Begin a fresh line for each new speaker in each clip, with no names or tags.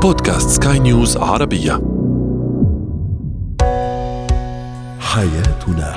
بودكاست سكاي نيوز عربية. حياتنا.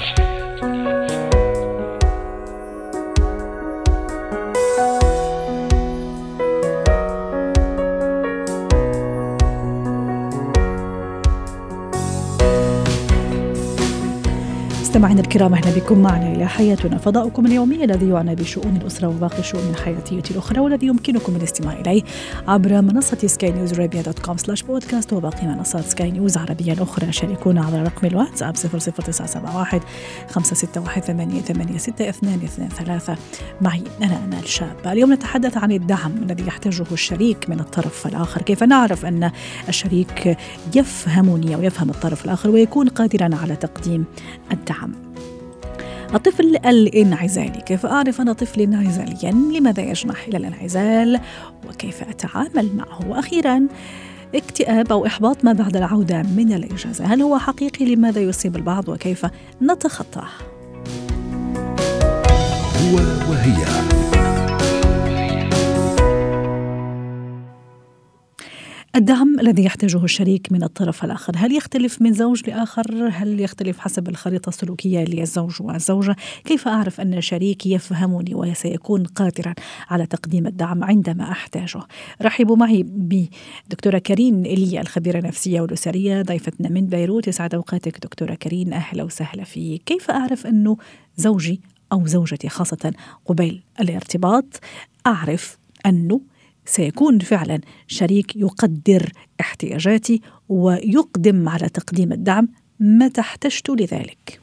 مستمعينا الكرام، أهلا بكم معنا إلى حياتنا، فضاؤكم اليومي الذي يعنى بشؤون الأسرة وباقي الشؤون الحياتية الأخرى، والذي يمكنكم الاستماع إليه عبر منصة skynewsarabia.com/podcast وباقي منصات سكاي نيوز عربية أخرى. شاركونا على رقم الواتساب 00971 561 8886 223. معي أنا أمال شاب. اليوم نتحدث عن الدعم الذي يحتاجه الشريك من الطرف الآخر. كيف نعرف أن الشريك يفهمني أو يفهم الطرف الآخر ويكون قادرا على تقديم الدعم؟ الطفل الانعزالي، كيف أعرف أن طفلي انعزاليا؟ لماذا يجنح إلى الانعزال وكيف أتعامل معه؟ وأخيرا، اكتئاب أو إحباط ما بعد العودة من الإجازة، هل هو حقيقي؟ لماذا يصيب البعض وكيف نتخطاه؟
هو وهي.
الدعم الذي يحتاجه الشريك من الطرف الآخر، هل يختلف من زوج لآخر؟ هل يختلف حسب الخريطة السلوكية للزوج والزوجة؟ كيف أعرف أن شريكي يفهمني وسيكون قادرا على تقديم الدعم عندما أحتاجه؟ رحبوا معي بدكتورة كرين إلي، الخبيرة النفسية والأسرية، ضيفتنا من بيروت. يسعد أوقاتك دكتورة كرين، أهلا وسهلا فيك. كيف أعرف أنه زوجي أو زوجتي، خاصة قبيل الارتباط، أعرف أنه سيكون فعلا شريك يقدر احتياجاتي ويقدم على تقديم الدعم متى احتجت لذلك؟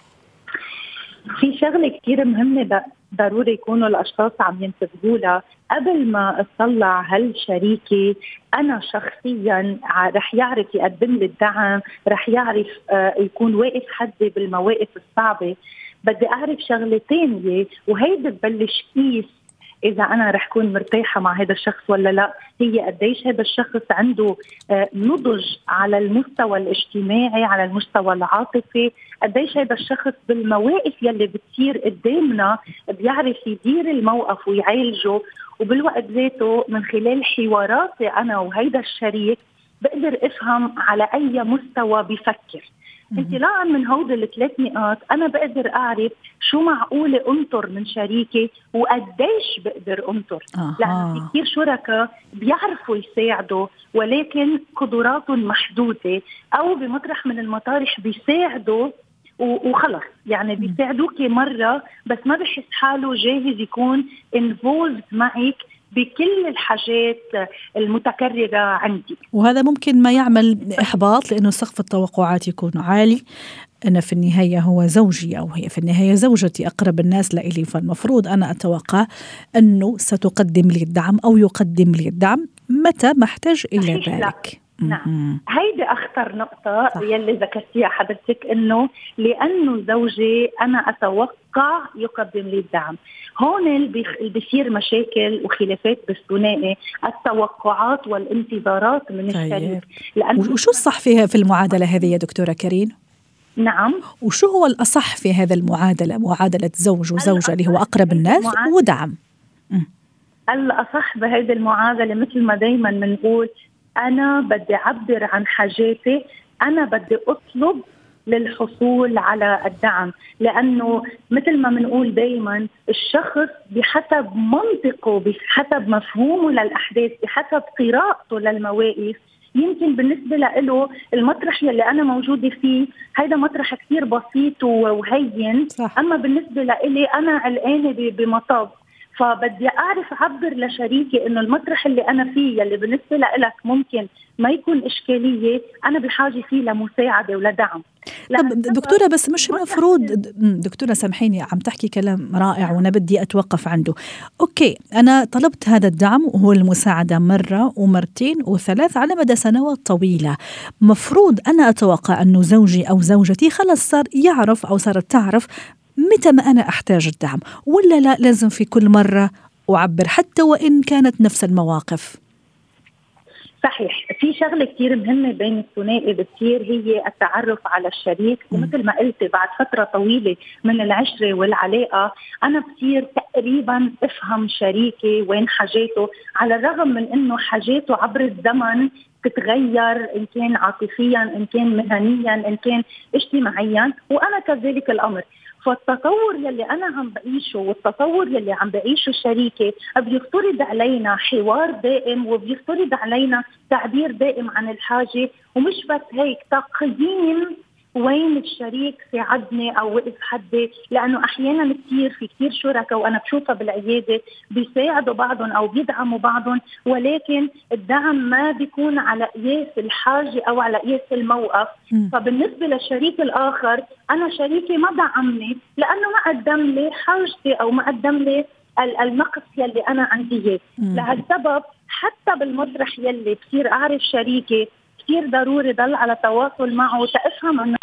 في شغلة كتير مهمة ضروري يكونوا الأشخاص عم ينتبهوا لها قبل ما أطلع هل شريكي أنا شخصيا رح يعرف يقدم لي الدعم، رح يعرف يكون واقف حدي بالمواقف الصعبة. بدي أعرف شغلتين وهيدا ببلش كيس إذا أنا رح كون مرتاحة مع هذا الشخص ولا لا. هي قديش هذا الشخص عنده نضج على المستوى الاجتماعي، على المستوى العاطفي، قديش هذا الشخص بالمواقف يلي بتصير قدامنا بيعرف يدير الموقف ويعالجه. وبالوقت ذاته من خلال حواراتي أنا وهيدا الشريك بقدر أفهم على أي مستوى بيفكر. انطلاقا من هود الثلاث نقاط أنا بقدر أعرف شو معقولة أنطر من شريكي وقديش بقدر أنطر. لأنه في كتير شركاء بيعرفوا يساعدوا ولكن قدراتهم محدودة، أو بمطرح من المطارح بيساعدوا وخلص، يعني بيساعدوك مرة بس ما بحس حاله جاهز يكون involved معك بكل الحاجات المتكررة عندي.
وهذا ممكن ما يعمل إحباط، لأنه سقف التوقعات يكون عالي. أنا في النهاية هو زوجي أو هي في النهاية زوجتي، أقرب الناس لإلي، فالمفروض أنا أتوقع أنه ستقدم لي الدعم أو يقدم لي الدعم متى ما احتاج إلى ذلك.
نعم، هيدي أخطر نقطة يلي ذكرتيها حضرتك، إنه لأنه زوجي أنا أتوقع يقدم لي الدعم. هون اللي بيصير مشاكل وخلافات بالثنائي، التوقعات والانتظارات من الشريك.
وشو الصح فيها في المعادلة هذه يا دكتورة كرين؟
نعم،
وشو هو الأصح في هذا المعادلة، معادلة زوج وزوجة اللي هو أقرب الناس ودعم؟
الأصح بهذه المعادلة مثل ما دايما بنقول، أنا بدي أعبر عن حاجاتي، أنا بدي أطلب للحصول على الدعم. لأنه مثل ما بنقول دايما الشخص بحسب منطقه، بحسب مفهومه للأحداث، بحسب قراءته للمواقف، يمكن بالنسبة له المطرح يلي أنا موجودة فيه هيدا مطرح كتير بسيط وهين، أما بالنسبة لي أنا علقانة بمطاب. فبدي أعرف أعبر لشريكي إنه المطرح اللي أنا فيه يلي بالنسبة لك ممكن ما يكون إشكالية، أنا بحاجة فيه لمساعدة ولدعم.
دكتورة، بس مش المفروض دكتورة سامحيني، عم تحكي كلام رائع وأنا بدي أتوقف عنده. أوكي، أنا طلبت هذا الدعم وهو المساعدة مرة ومرتين وثلاث على مدى سنوات طويلة. مفروض أنا أتوقع أنه زوجي أو زوجتي خلص صار يعرف أو صارت تعرف متى ما أنا أحتاج الدعم، ولا لا لازم في كل مرة أعبر حتى وإن كانت نفس المواقف؟
صحيح. في شغلة كتير مهمة بين الثنائي بتصير هي التعرف على الشريك، ومثل ما قلت بعد فترة طويلة من العشرة والعلاقة أنا بصير تقريبا أفهم شريكي وين حاجاته، على الرغم من أنه حاجاته عبر الزمن تتغير، إن كان عاطفيا، إن كان مهنيا، إن كان اجتماعيا، وأنا كذلك الأمر. فالتطور يلي أنا عم بعيشه والتطور يلي عم بعيشه شريكي بيفترض علينا حوار دائم، وبيفترض علينا تعبير دائم عن الحاجة، ومش بس هيك، تقييم وين الشريك ساعدني أو وقف حدي. لأنه أحيانا في كتير شركاء وأنا بشوفها بالعيادة بيساعدوا بعضهم أو بيدعموا بعضهم، ولكن الدعم ما بيكون على قياس الحاجة أو على قياس الموقف. فبالنسبة للشريك الآخر أنا شريكي ما دعمني لأنه ما قدم لي حاجتي أو ما قدم لي النقص يلي أنا عندي. لهالسبب حتى بالمسرح يلي بصير أعرف شريكي كتير ضروري ضل على تواصل معه تفهم أنه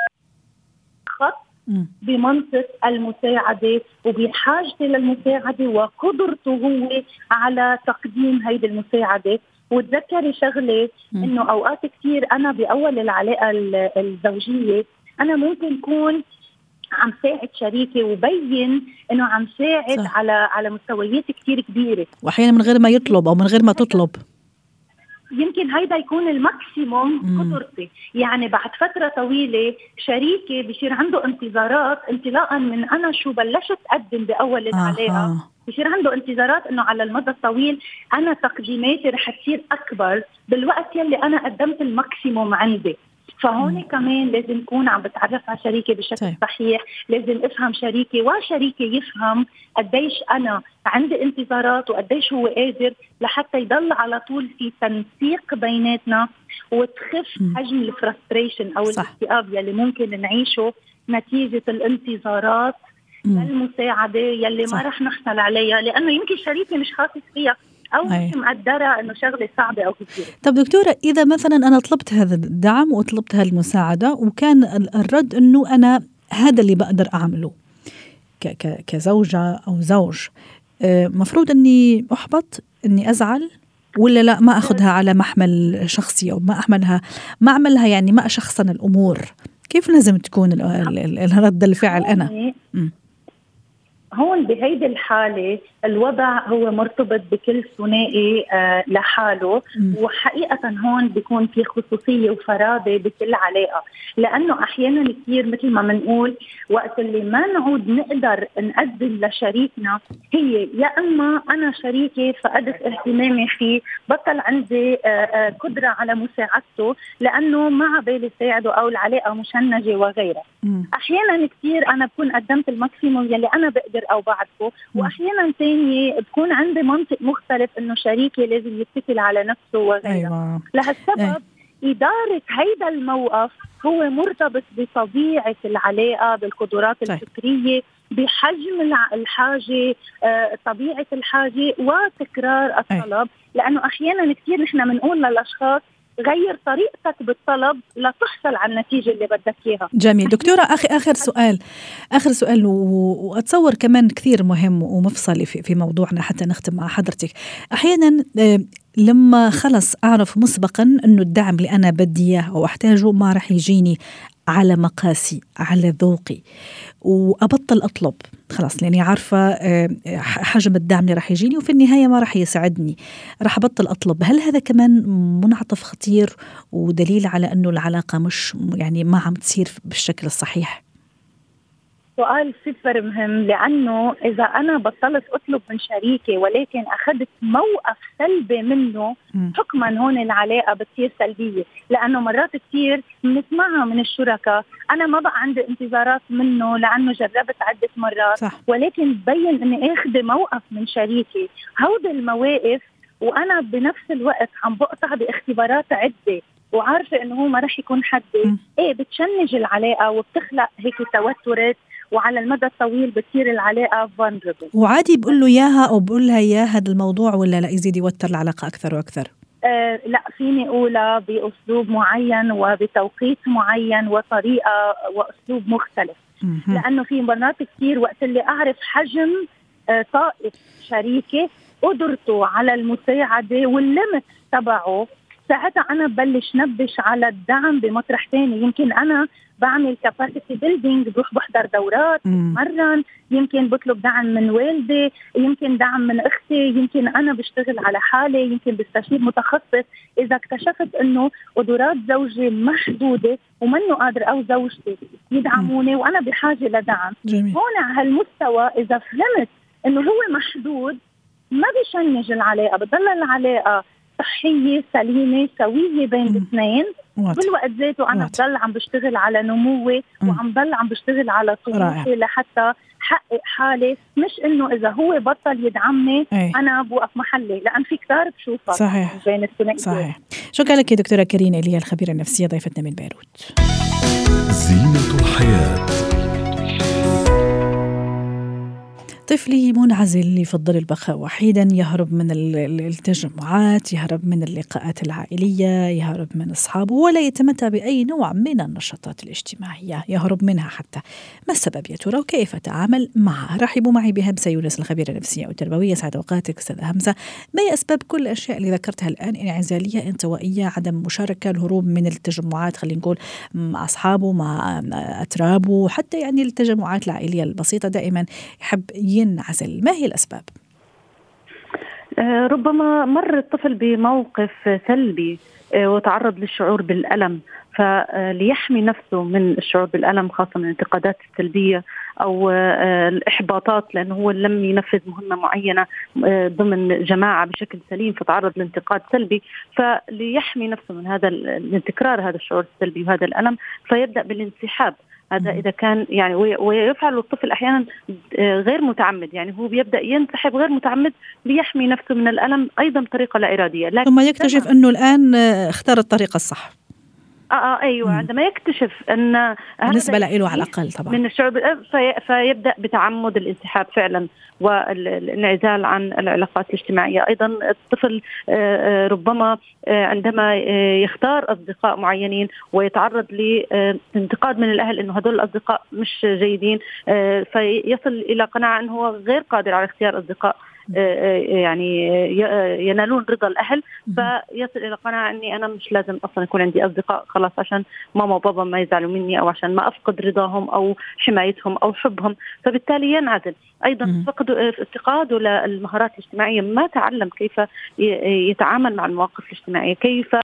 خط بمنطق المساعدة وبحاجتي للمساعدة وقدرته هو على تقديم هيدي المساعدة. وتذكري شغلة أنه أوقات كتير أنا بأول العلاقة الزوجية أنا ممكن أكون عم ساعد شريكي وبين أنه عم ساعد على مستويات كتير كبيرة،
وأحيانا من غير ما يطلب أو من غير ما تطلب.
يمكن هيدا يكون الماكسيموم قدرتي. يعني بعد فترة طويلة شريكي بيصير عنده انتظارات انطلاقا من أنا شو بلشت أقدم بأول العلاقة. بيصير عنده انتظارات إنه على المدى الطويل أنا تقديماتي رح تصير أكبر بالوقت يلي أنا قدمت الماكسيموم عندي. فهون كمان لازم أكون عم بتعرف على شريكي بشكل صحيح، لازم أفهم شريكي وشريكي يفهم قديش أنا عندي انتظارات وقديش هو قادر، لحتى يضل على طول في تنسيق بيناتنا وتخف حجم الفرستريشن أو الاكتئاب يلي ممكن نعيشه نتيجة الانتظارات للمساعدة يلي ما رح نحصل عليها، لأنه يمكن شريكي مش حاسس فيها أو مش مقدرة إنه شغلة صعبة أو كثير.
طب دكتورة، إذا مثلا أنا طلبت هذا الدعم وطلبت هذه المساعدة وكان الرد إنه أنا هذا اللي بقدر أعمله كزوجة أو زوج، مفروض إني أحبط، إني أزعل، ولا لا ما أخذها على محمل شخصي أو ما أعملها يعني ما أشخصن الأمور؟ كيف لازم تكون رد الفعل أنا؟
هون بهيدي الحالة الوضع هو مرتبط بكل ثنائي لحاله، وحقيقة هون بيكون في خصوصية وفرادة بكل علاقة، لأنه أحيانا كثير مثل ما منقول وقت اللي ما نعود نقدر نقدم لشريكنا هي يا أما أنا شريكي فقدت اهتمامي فيه، بطل عندي قدرة على مساعدته لأنه ما عبالي ساعده أو العلاقة مشنجة وغيرها. أحيانا كثير أنا بكون قدمت الماكسيموم يلي أنا بقدر أو بعرفه، وأحيانا تاني بكون عندي منطق مختلف إنه شريكي لازم يتكل على نفسه وغيره. لهالسبب إدارة هيدا الموقف هو مرتبط بطبيعة العلاقة، بالقدرات الفكرية، بحجم الحاجة، طبيعة الحاجة، وتكرار الطلب. لأنه أحيانا كتير نحن منقول للأشخاص غير طريقتك بالطلب لتحصل على النتيجة اللي بدك إياها.
جميل. دكتورة، آخر سؤال وأتصور كمان كثير مهم ومفصلي في موضوعنا حتى نختم مع حضرتك. أحيانا لما خلص أعرف مسبقا أنه الدعم اللي أنا بدي إياه أو أحتاجه ما رح يجيني على مقاسي، على ذوقي، وأبطل أطلب خلاص لأني عارفة حجم الدعم اللي رح يجيني وفي النهاية ما رح يساعدني، رح أبطل أطلب. هل هذا كمان منعطف خطير ودليل على أنه العلاقة مش يعني ما عم تصير بالشكل الصحيح؟
سؤال سوبر مهم، لأنه إذا أنا بطلت أطلب من شريكي ولكن أخذت موقف سلبي منه، حكما هون العلاقة بتصير سلبية. لأنه مرات كتير بنسمعها من الشركاء، أنا ما بقى عندي انتظارات منه لأنه جربت عدة مرات، ولكن ببين أني أخذ موقف من شريكي. هود المواقف وأنا بنفس الوقت عم بقطع باختبارات عدة وعارفة أنه هو ما رح يكون حدي، بتشنج العلاقة وبتخلق هيك توترات، وعلى المدى الطويل بتصير العلاقة vulnerable.
وعادي بقول له إياها أو بقول لها إياها هذا الموضوع، ولا لا يزيد يوتر العلاقة أكثر وأكثر؟
لا، فيني أقولها بأسلوب معين وبتوقيت معين وطريقة وأسلوب مختلف. لأنه في مرات كتير وقت اللي أعرف حجم طاقة شريكي، قدرته على المساعدة واللمت تبعه، ساعتها أنا ببلش نبش على الدعم بمطرح تاني. يمكن أنا بعمل capacity building، بروح بحضر دورات، بتمرن، يمكن بطلب دعم من والدي، يمكن دعم من أختي، يمكن أنا بشتغل على حالي، يمكن بستشير متخصص إذا اكتشفت إنه قدرات زوجي محدودة ومنه قادر أو زوجتي يدعموني وأنا بحاجة لدعم.
جميل.
هون على هالمستوى إذا فهمت إنه هو محدود ما بيشنج العلاقة، بتضل العلاقة صحية سليمة سوية بين الاثنين. بالوقت ذاته أنا بضل عم بشتغل على نموي وعم بضل عم بشتغل على طموحي لحتى حقق حالي، مش إنه إذا هو بطل يدعمني أنا بوقف محلي، لأن في كتار بشوفها.
صحيح.
بين الثنائيين.
صحيح. شكرا لك دكتورة كريم إيليا، الخبيرة النفسية، ضيفتنا من بيروت.
زينة الحياة.
طفلي منعزل يفضل البقاء وحيدا، يهرب من التجمعات، يهرب من اللقاءات العائلية، يهرب من أصحابه، ولا يتمتع بأي نوع من النشاطات الاجتماعية، يهرب منها حتى. ما السبب يا ترى وكيف أتعامل معه؟ رحبوا معي بهمسة يونس، الخبيرة النفسية والتربوية. سعد أوقاتك أستاذة همسة. ما هي أسباب كل الأشياء اللي ذكرتها الآن؟ انعزالية، انطوائية، عدم مشاركة، الهروب من التجمعات، خلينا نقول مع أصحابه، مع أترابه، حتى يعني التجمعات العائلية البسيطة دائما يحب ينعزل. ما هي الأسباب؟
ربما مر الطفل بموقف سلبي وتعرض للشعور بالألم، فليحمي نفسه من الشعور بالألم، خاصة من الانتقادات السلبية أو الإحباطات، لأنه هو لم ينفذ مهمة معينة ضمن جماعة بشكل سليم فتعرض لانتقاد سلبي. فليحمي نفسه من هذا الانتكرار، هذا الشعور السلبي وهذا الألم، فيبدأ بالانسحاب. هذا إذا كان يعني ويفعل الطفل أحيانا غير متعمد، يعني هو بيبدأ ينسحب غير متعمد ليحمي نفسه من الألم، أيضا بطريقة لا إرادية.
ثم يكتشف أنه الآن اختار الطريقة الصح.
أيوة. عندما يكتشف أن
بالنسبة له على الأقل طبعا
من الشعور فيبدأ بتعمد الانسحاب فعلا والانعزال عن العلاقات الاجتماعية. أيضا الطفل ربما عندما يختار أصدقاء معينين ويتعرض لانتقاد من الأهل أنه هدول الأصدقاء مش جيدين، فيصل إلى قناعة أنه هو غير قادر على اختيار أصدقاء يعني ينالون رضا الأهل، فيصل إلى قناعة أني أنا مش لازم أصلا يكون عندي أصدقاء خلاص عشان ماما وبابا ما يزعلوا مني أو عشان ما أفقد رضاهم أو حمايتهم أو حبهم، فبالتالي ينعزل. أيضا افتقاده للمهارات الاجتماعية، ما تعلم كيف يتعامل مع المواقف الاجتماعية، كيف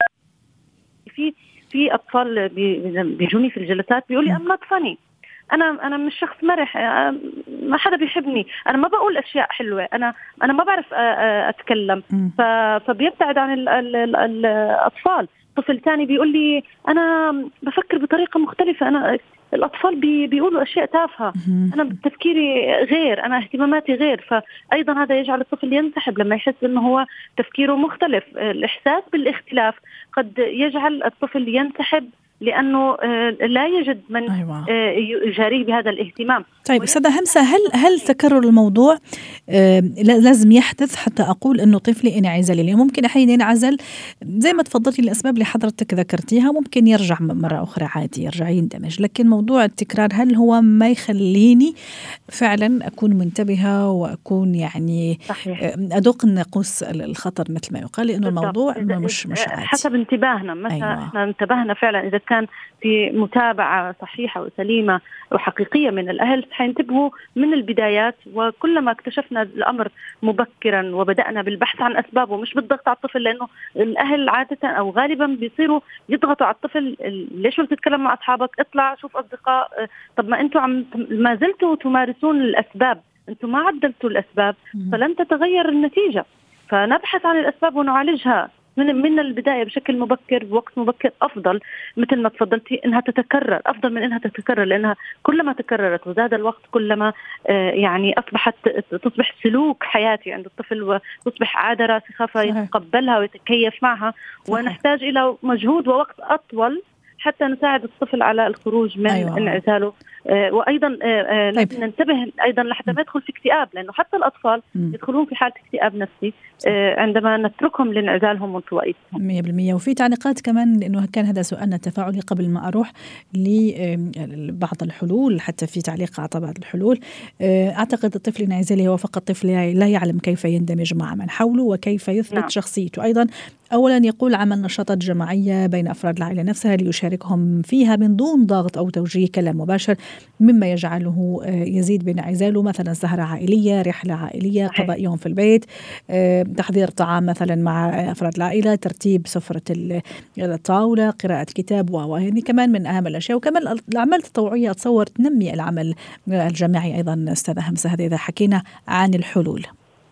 في أطفال بيجوني في الجلسات بيقولي I'm not funny، أنا مش شخص مرح، ما حدا بيحبني، أنا ما بقول أشياء حلوة، أنا ما بعرف أتكلم، فبيبتعد عن الأطفال. طفل تاني بيقول لي أنا بفكر بطريقة مختلفة، الأطفال بيقولوا أشياء تافهة، أنا تفكيري غير، أنا اهتماماتي غير. فأيضا هذا يجعل الطفل ينسحب لما يحس أنه هو تفكيره مختلف. الإحساس بالاختلاف قد يجعل الطفل ينسحب لأنه لا يجد من يجاريه بهذا الاهتمام.
طيب أستاذة همسة، هل تكرر الموضوع لازم يحدث حتى أقول أنه طفلي انعزالي؟ لأنه ممكن أحيانا ينعزل زي ما تفضلتي الأسباب اللي حضرتك ذكرتيها، ممكن يرجع مرة أخرى عادي، يرجع يندمج، لكن موضوع التكرار هل هو ما يخليني فعلا أكون منتبهة وأكون يعني أدق ناقوس الخطر مثل ما يقال، لأنه الموضوع مش عادي
حسب انتباهنا. مثلا احنا انتبهنا فعلا إذا كان في متابعة صحيحة وسليمة وحقيقية من الأهل حينتبهوا من البدايات، وكلما اكتشفنا الأمر مبكرا وبدأنا بالبحث عن أسبابه مش بالضغط على الطفل، لأنه الأهل عادة أو غالبا بيصيروا يضغطوا على الطفل، ليش ما بتتكلم مع أصحابك، اطلع شوف أصدقاء، طب ما أنتوا ما زلتوا تمارسون الأسباب، أنتوا ما عدلتوا الأسباب فلن تتغير النتيجة. فنبحث عن الأسباب ونعالجها من البداية بشكل مبكر، بوقت مبكر، أفضل مثل ما تفضلتي إنها تتكرر، أفضل من إنها تتكرر، لأنها كلما تكررت وزاد الوقت كلما يعني تصبح سلوك حياتي عند الطفل وتصبح عادة راسخة فيتقبلها ويتكيف معها. ونحتاج إلى مجهود ووقت أطول حتى نساعد الطفل على الخروج من انعزاله. وأيضا ننتبه أيضا لحتى ما يدخل في اكتئاب، لأنه حتى الأطفال يدخلون في حالة اكتئاب نفسي عندما نتركهم لانعزالهم وانطوائيتهم
100%. وفي تعليقات كمان، لأنه كان هذا سؤالنا التفاعلي قبل ما أروح لبعض الحلول، حتى في تعليق على بعض الحلول. أعتقد الطفل الانعزالي هو فقط طفل لا يعلم كيف يندمج مع من حوله وكيف يثبت شخصيته. أيضا أولا يقول عمل نشاطات جماعية بين أفراد العائلة نفسها ليشاركهم فيها من دون ضغط أو توجيه كلام مباشر، مما يجعله يزيد بانعزاله، مثلا سهرة عائلية، رحلة عائلية، قضاء يوم في البيت، تحضير طعام مثلا مع أفراد العائلة، ترتيب سفرة الطاولة، قراءة كتاب، وهذه كمان من أهم الأشياء. وكمان الأعمال التطوعية أتصور تنمي العمل الجماعي أيضا. أستاذة همسة، هذا إذا حكينا عن الحلول.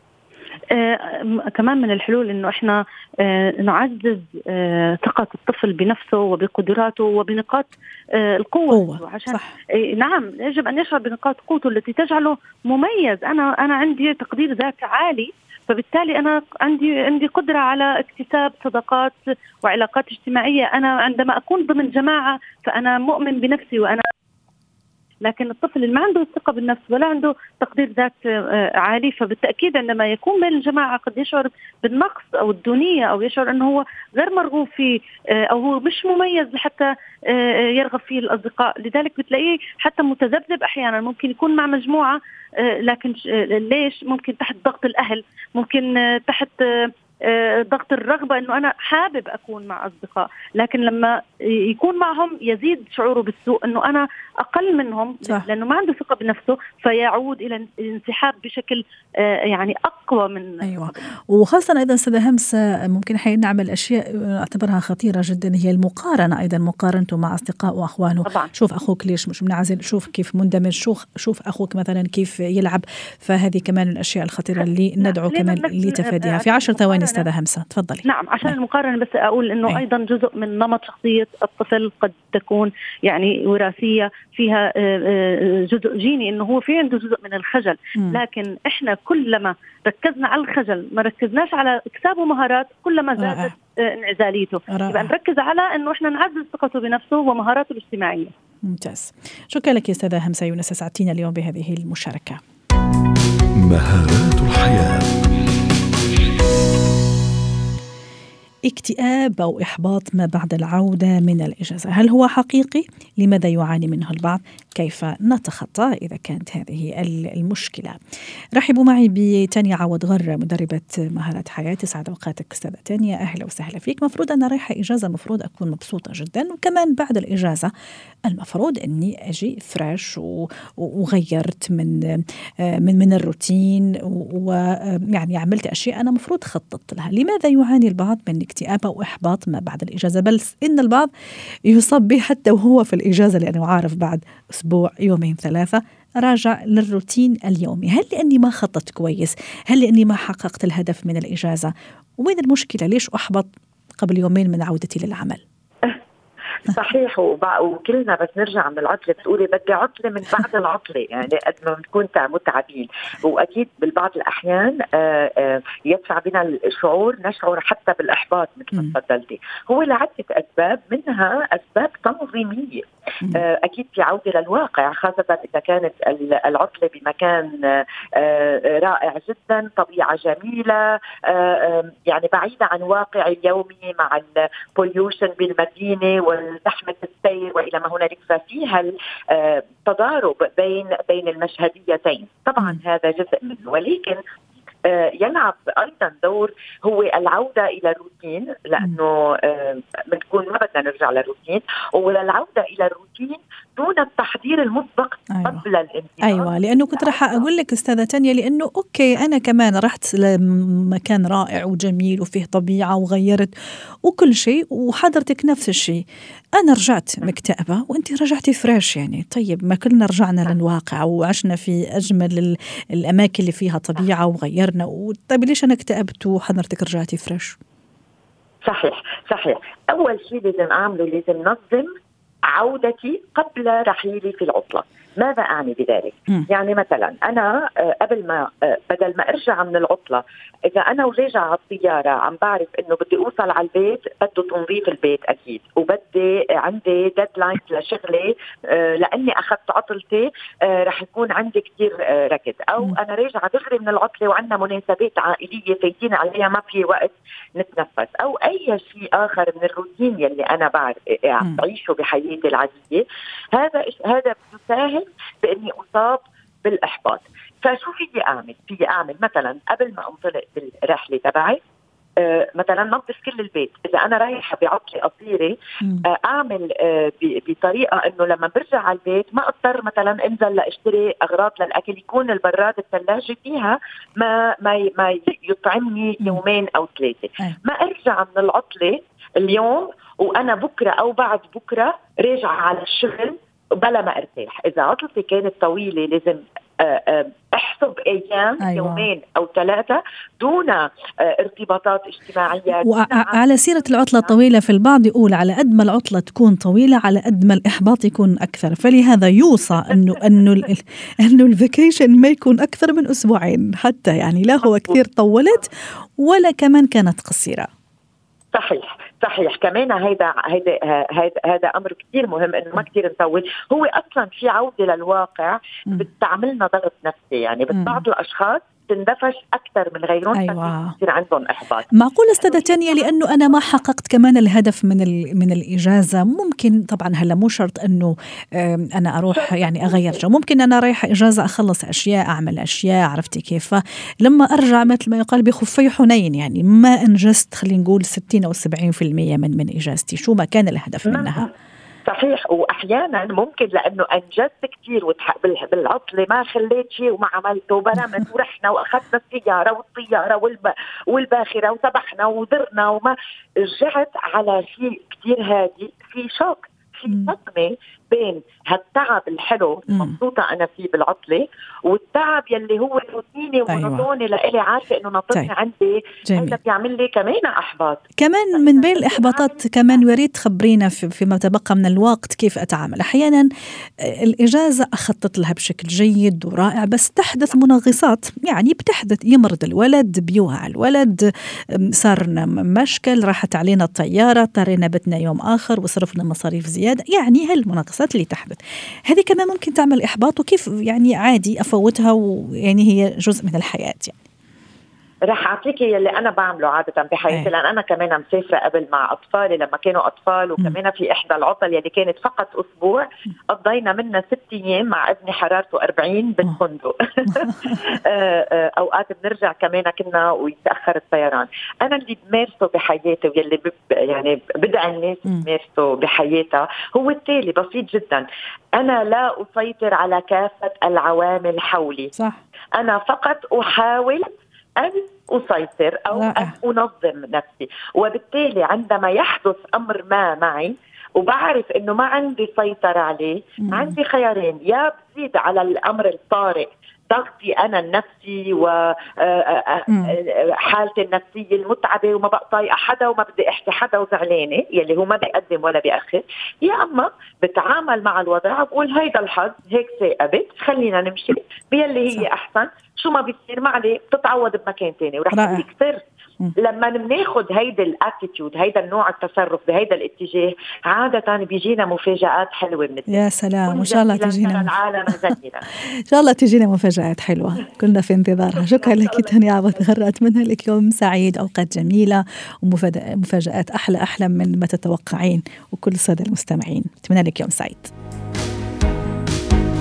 كمان من الحلول إنه إحنا نعزز ثقة الطفل بنفسه وبقدراته وبنقاط القوة. عشان نعم يجب أن يشعر بنقاط قوته التي تجعله مميز. أنا عندي تقدير ذاتي عالي، فبالتالي أنا عندي قدرة على اكتساب صداقات وعلاقات اجتماعية. أنا عندما أكون ضمن جماعة فأنا مؤمن بنفسي وأنا. لكن الطفل اللي ما عنده ثقة بالنفس ولا عنده تقدير ذات عالي، فبالتأكيد عندما يكون بين الجماعة قد يشعر بالنقص أو الدونية، أو يشعر أنه هو غير مرغوب فيه، أو هو مش مميز حتى يرغب فيه الأصدقاء. لذلك بتلاقيه حتى متذبذب أحيانا، ممكن يكون مع مجموعة لكن ليش؟ ممكن تحت ضغط الأهل، ممكن تحت ضغط الرغبة أنه أنا حابب أكون مع أصدقاء، لكن لما يكون معهم يزيد شعوره بالسوء أنه أنا أقل منهم، لأنه ما عنده ثقة بنفسه، فيعود إلى الانسحاب بشكل يعني أقوى من.
أيوة. وخاصة أيضا أستاذة همسة ممكن حين نعمل أشياء أعتبرها خطيرة جدا، هي المقارنة أيضا، مقارنته مع أصدقاء وأخوانه. طبعا. شوف أخوك ليش مش منعزل، شوف كيف مندمج، شوف أخوك مثلا كيف يلعب. فهذه كمان الأشياء الخطيرة اللي ندعو كمان لتفاديها. في 10 ثواني أستاذة همسة تفضلي.
نعم، عشان المقارنة بس أقول إنه أيضا جزء من نمط شخصية الطفل قد تكون يعني وراثية، فيها جزء جيني إنه هو في عنده جزء من الخجل. لكن إحنا كلما ركزنا على الخجل ما ركزناش على اكتسابه مهارات، كلما زادت انعزاليته. يبقى نركز على إنه إحنا نعزز ثقته بنفسه ومهاراته الاجتماعية.
ممتاز، شكرا لك يا أستاذة همسة يونس، سعدتينا اليوم بهذه المشاركة.
مهارات الحياة.
اكتئاب أو إحباط ما بعد العودة من الإجازة، هل هو حقيقي؟ لماذا يعاني منه البعض؟ كيف نتخطى إذا كانت هذه المشكلة؟ رحبوا معي بتانيا عوض غر، مدربة مهارات حياة. سعد أوقاتك أستاذة تانيا، أهلا وسهلا فيك. مفروض أنا رايحة إجازة، مفروض أكون مبسوطة جدا، وكمان بعد الإجازة المفروض أني أجي فريش وغيرت من الروتين، ويعني عملت أشياء أنا مفروض خططت لها. لماذا يعاني البعض من اكتئاب أو إحباط ما بعد الإجازة؟ بل إن البعض يصاب به حتى وهو في الإجازة، لأنه عارف بعد أسبوع، يومين، 3 راجع للروتين اليومي. هل لأني ما خططت كويس؟ هل لأني ما حققت الهدف من الإجازة؟ وين المشكلة؟ ليش أحبط قبل يومين من عودتي للعمل؟
صحيح. وكلنا بس نرجع من العطلة بتقولي بدي عطلة من بعد العطلة، يعني قد ما بنكون متعبين. وأكيد بالبعض الأحيان يدفع بنا الشعور، نشعر حتى بالإحباط مثل ما تفضلتي. هو لعدة أسباب، منها أسباب تنظيمية. أكيد في عودة للواقع، خاصة إذا كانت العطلة بمكان رائع جدا، طبيعة جميلة، يعني بعيدة عن واقع اليومي مع البوليوشن بالمدينة وزحمة السير وإلى ما هنالك. ففيها التضارب بين المشهديتين. طبعا هذا جزء منه، ولكن يلعب أيضا دور هو العودة إلى الروتين، لأنه بنكون ما بدنا نرجع للروتين، وللعودة إلى الروتين دون التحضير المسبق قبل الانتقال.
أيوة، لأنه كنت راح أقول لك أستاذة تانيا، لأنه أوكي أنا كمان رحت لمكان رائع وجميل وفيه طبيعة وغيرت وكل شيء، وحضرتك نفس الشيء، أنا رجعت مكتئبة وأنت رجعتي فريش. يعني طيب ما كلنا رجعنا للواقع وعشنا في أجمل الأماكن اللي فيها طبيعة وغيرنا، طيب ليش أنا اكتئبت وحضرتك رجعتي فريش؟
صحيح. أول شيء لازم أعمله، لازم نظم عودتي قبل رحيلي في العطلة. ماذا أعني بذلك؟ يعني مثلا أنا قبل ما بدل ما أرجع من العطلة، إذا أنا وراجع على الطيارة عم بعرف إنه بدي أوصل على البيت، بده تنظيف البيت أكيد، وبدي عندي ديدلاين لشغلي لأني أخذت عطلتي، رح يكون عندي كتير ركض، أو أنا راجعة دغري من العطلة وعندنا مناسبات عائلية فايتين عليها ما في وقت نتنفس، أو أي شيء آخر من الروتين يلي أنا بعيشه بحياتي العادية. هذا بيساهم بإني أصاب بالإحباط. فشو فيي أعمل؟ مثلا قبل ما أنطلق بالرحلة تبعي مثلا نظف كل البيت. إذا أنا رايحة بعطلة قصيرة أعمل بطريقة إنه لما برجع على البيت ما أضطر مثلا أنزل لأشتري أغراض للأكل، يكون البراد الثلاجة فيها ما يطعمني يومين أو 3. ما أرجع من العطلة اليوم وأنا بكرة أو بعد بكرة راجع على الشغل بلا ما ارتاح. اذا عطلتي كانت طويله لازم احسب ايام، يومين او 3 دون ارتباطات اجتماعيه.
وعلى سيره العطله الطويله، في البعض يقول على قد ما العطله تكون طويله على قد ما الاحباط يكون اكثر، فلهذا يوصى انه الفيكيشن ما يكون اكثر من 2 أسبوع حتى، يعني لا هو كثير طولت ولا كمان كانت قصيره.
صحيح كمان هذا امر كثير مهم، انه ما كثير نطول. هو اصلا في عوده للواقع بتعملنا ضغط نفسي، يعني بعض الاشخاص تندفش اكثر من غيرهم. يصير عندهم احباط.
معقول استاذة تانية، لانه انا ما حققت كمان الهدف من الاجازه. ممكن طبعا هلا مو شرط انه انا اروح يعني اغير جو، ممكن انا رايحه اجازه اخلص اشياء، اعمل اشياء، عرفتي كيف؟ لما ارجع مثل ما يقال بخفي حنين، يعني ما انجزت خلينا نقول 60 أو 70% من اجازتي. شو ما كان الهدف منها.
صحيح. واحيانا ممكن لانه انجزت كثير بالعطله ما خليت شيء وما عملته، وبرمت ورحنا واخذنا السياره والطياره والباخره وسبحنا ودرنا وما رجعت على شيء كثير هادي. في شوك، في صدمه بين هالتعب الحلو مبسوطة أنا فيه بالعطلة والتعب يلي هو روتيني ومونوتوني لإلي عارفة إنه ناطرني عندي. هذا بيعمل لي كمان إحباط.
كمان من بين الإحباطات كمان وريت تخبرينا فيما تبقى من الوقت كيف أتعامل. أحيانا الإجازة أخطط لها بشكل جيد ورائع، بس تحدث منغصات، يعني بتحدث يمرض الولد، بيوعى الولد، صارنا مشكل، راحت علينا الطيارة، اضطرينا بتنا يوم آخر وصرفنا مصاريف زيادة. يعني هالمنغصات اللي تحدث هذه كمان ممكن تعمل إحباط، وكيف يعني عادي أفوتها، ويعني هي جزء من الحياة. يعني
رح أعطيكي اللي أنا بعمله عادة بحياتي، لأن أنا كمان مسافرة قبل مع أطفالي لما كانوا أطفال، وكمان في إحدى العطل يلي كانت فقط أسبوع قضينا منها 6 أيام مع ابني حرارته 40 بالفندق. أوقات بنرجع كمان كنا ويتأخر الطيران. أنا اللي بمارسه بحياتي واللي يعني بدعي الناس بمارسه بحياتها هو التالي، بسيط جدا. أنا لا أسيطر على كافة العوامل حولي، صح. أنا فقط أحاول أن أسيطر أو أن أنظم نفسي، وبالتالي عندما يحدث أمر ما معي وبعرف إنه ما عندي سيطرة عليه، عندي خيارين: يا بزيد على الأمر الطارئ ضغطي أنا النفسي وحالتي النفسية المتعبة وما بقى طايقة حدا وما بدي أحكي حدا وزعلانة يلي هو ما بيقدم ولا بيأخر، يا أما بتعامل مع الوضع وبقول هيدا الحظ هيك ثاقبت، خلينا نمشي بيلي هي أحسن، شو ما بيصير ما عليه بتتعوض بمكان تاني. ورح يكثر لما بناخد هيدا الاتيتيود، هيدا النوع التصرف بهيدا الاتجاه، عادة بيجينا مفاجآت حلوة من الدنيا.
يا سلام، وإن شاء الله تجينا
العالم زينا.
إن شاء الله تجينا مفاجآت حلوة، كلنا في انتظارها. شكرا لك تانيا عوض غرة، أتمنى لك يوم سعيد، أوقات جميلة ومفاجآت أحلى من ما تتوقعين، وكل السادة المستمعين أتمنى لك يوم سعيد.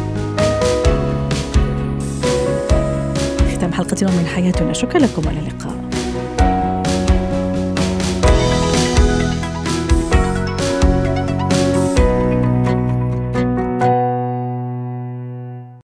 ختام حلقتنا من حياتنا، شكرا لكم، والى اللقاء.